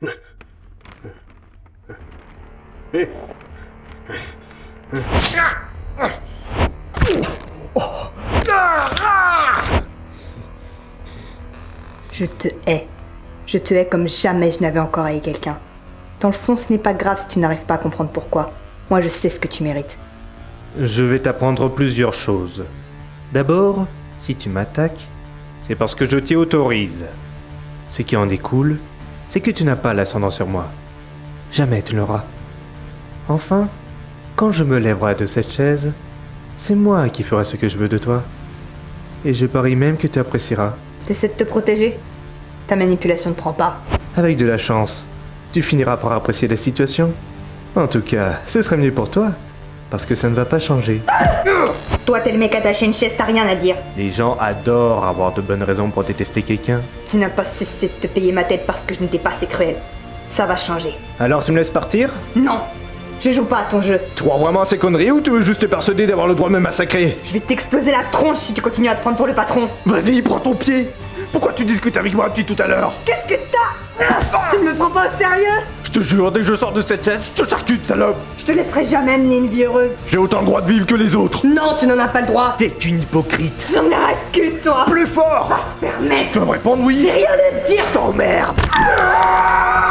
Je te hais. Je te hais comme jamais je n'avais encore haï quelqu'un. Dans le fond, ce n'est pas grave si tu n'arrives pas à comprendre pourquoi. Moi, je sais ce que tu mérites. Je vais t'apprendre plusieurs choses. D'abord, si tu m'attaques, c'est parce que je t'y autorise. Ce qui en découle, c'est que tu n'as pas l'ascendant sur moi. Jamais tu l'auras. Enfin, quand je me lèverai de cette chaise, c'est moi qui ferai ce que je veux de toi. Et je parie même que tu apprécieras. T'essaies de te protéger? Ta manipulation ne prend pas. Avec de la chance, tu finiras par apprécier la situation. En tout cas, ce serait mieux pour toi, parce que ça ne va pas changer. Toi, t'es le mec attaché à une chaise, t'as rien à dire. Les gens adorent avoir de bonnes raisons pour détester quelqu'un. Tu n'as pas cessé de te payer ma tête parce que je n'étais pas assez cruel. Ça va changer. Alors tu me laisses partir? Non, je joue pas à ton jeu. Tu crois vraiment à ces conneries ou tu veux juste te persuader d'avoir le droit de me massacrer? Je vais t'exploser la tronche si tu continues à te prendre pour le patron. Vas-y, prends ton pied! Pourquoi tu discutes avec moi depuis tout à l'heure? Qu'est-ce que t'as? Tu ne me prends pas au sérieux? Je te jure, dès que je sors de cette chaise, je te charcute, salope! Je te laisserai jamais mener une vie heureuse. J'ai autant le droit de vivre que les autres! Non, tu n'en as pas le droit. T'es une hypocrite! J'en ai rien de cul, toi. Plus fort! Va te permettre. Tu vas me répondre oui? J'ai rien à te dire. Je t'emmerde!